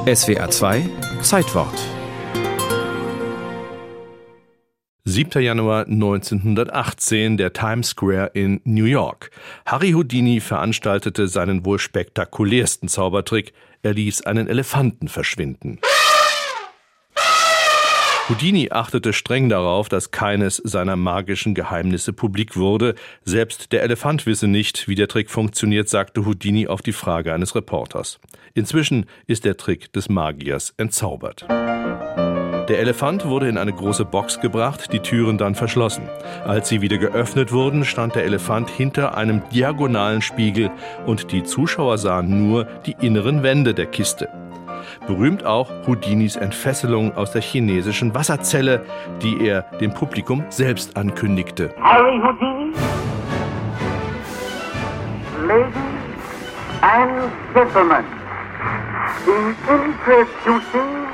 SWR 2 Zeitwort. 7. Januar 1918, der Times Square in New York. Harry Houdini veranstaltete seinen wohl spektakulärsten Zaubertrick. Er ließ einen Elefanten verschwinden. Houdini achtete streng darauf, dass keines seiner magischen Geheimnisse publik wurde. Selbst der Elefant wisse nicht, wie der Trick funktioniert, sagte Houdini auf die Frage eines Reporters. Inzwischen ist der Trick des Magiers entzaubert. Der Elefant wurde in eine große Box gebracht, die Türen dann verschlossen. Als sie wieder geöffnet wurden, stand der Elefant hinter einem diagonalen Spiegel und die Zuschauer sahen nur die inneren Wände der Kiste. Berühmt auch Houdinis Entfesselung aus der chinesischen Wasserzelle, die er dem Publikum selbst ankündigte. Harry Houdini, Ladies and Gentlemen, in introducing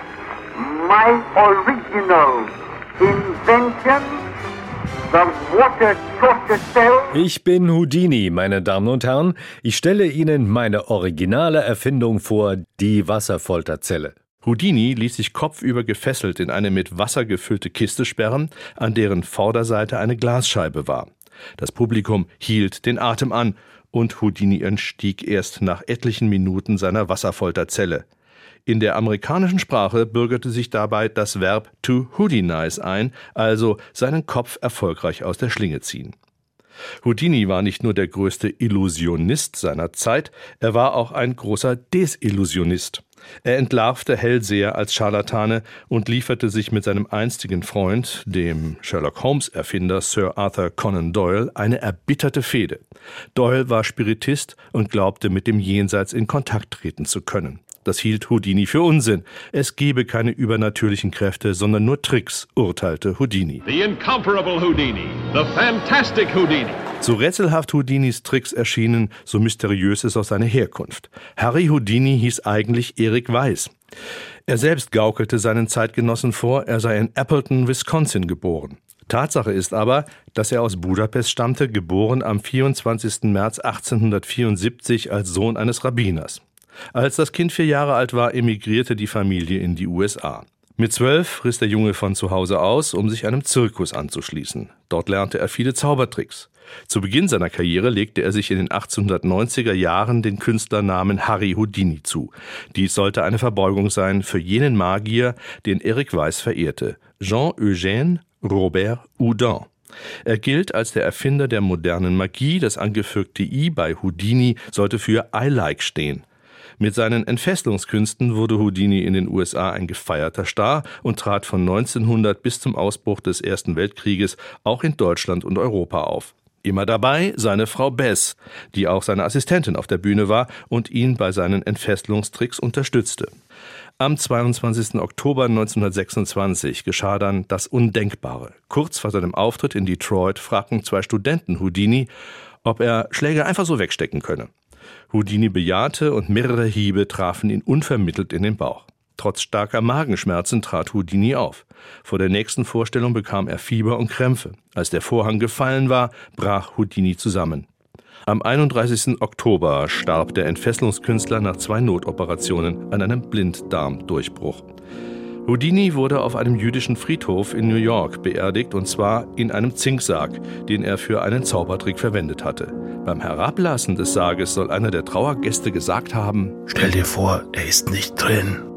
my original invention, the water torture cell. Ich bin Houdini, meine Damen und Herren. Ich stelle Ihnen meine originale Erfindung vor, die Wasserfolterzelle. Houdini ließ sich kopfüber gefesselt in eine mit Wasser gefüllte Kiste sperren, an deren Vorderseite eine Glasscheibe war. Das Publikum hielt den Atem an und Houdini entstieg erst nach etlichen Minuten seiner Wasserfolterzelle. In der amerikanischen Sprache bürgerte sich dabei das Verb to Houdinize ein, also seinen Kopf erfolgreich aus der Schlinge ziehen. Houdini war nicht nur der größte Illusionist seiner Zeit, er war auch ein großer Desillusionist. Er entlarvte Hellseher als Scharlatane und lieferte sich mit seinem einstigen Freund, dem Sherlock-Holmes-Erfinder Sir Arthur Conan Doyle, eine erbitterte Fehde. Doyle war Spiritist und glaubte, mit dem Jenseits in Kontakt treten zu können. Das hielt Houdini für Unsinn. Es gebe keine übernatürlichen Kräfte, sondern nur Tricks, urteilte Houdini. The incomparable Houdini, the fantastic Houdini. So rätselhaft Houdinis Tricks erschienen, so mysteriös ist auch seine Herkunft. Harry Houdini hieß eigentlich Eric Weiss. Er selbst gaukelte seinen Zeitgenossen vor, er sei in Appleton, Wisconsin geboren. Tatsache ist aber, dass er aus Budapest stammte, geboren am 24. März 1874 als Sohn eines Rabbiners. Als das Kind 4 Jahre alt war, emigrierte die Familie in die USA. Mit 12 riss der Junge von zu Hause aus, um sich einem Zirkus anzuschließen. Dort lernte er viele Zaubertricks. Zu Beginn seiner Karriere legte er sich in den 1890er Jahren den Künstlernamen Harry Houdini zu. Dies sollte eine Verbeugung sein für jenen Magier, den Eric Weiss verehrte, Jean-Eugène Robert Houdin. Er gilt als der Erfinder der modernen Magie. Das angefügte I bei Houdini sollte für I like stehen. Mit seinen Entfesselungskünsten wurde Houdini in den USA ein gefeierter Star und trat von 1900 bis zum Ausbruch des Ersten Weltkrieges auch in Deutschland und Europa auf. Immer dabei seine Frau Bess, die auch seine Assistentin auf der Bühne war und ihn bei seinen Entfesselungstricks unterstützte. Am 22. Oktober 1926 geschah dann das Undenkbare. Kurz vor seinem Auftritt in Detroit fragten 2 Studenten Houdini, ob er Schläge einfach so wegstecken könne. Houdini bejahte und mehrere Hiebe trafen ihn unvermittelt in den Bauch. Trotz starker Magenschmerzen trat Houdini auf. Vor der nächsten Vorstellung bekam er Fieber und Krämpfe. Als der Vorhang gefallen war, brach Houdini zusammen. Am 31. Oktober starb der Entfesselungskünstler nach 2 Notoperationen an einem Blinddarmdurchbruch. Houdini wurde auf einem jüdischen Friedhof in New York beerdigt, und zwar in einem Zinksarg, den er für einen Zaubertrick verwendet hatte. Beim Herablassen des Sarges soll einer der Trauergäste gesagt haben: Stell dir vor, er ist nicht drin.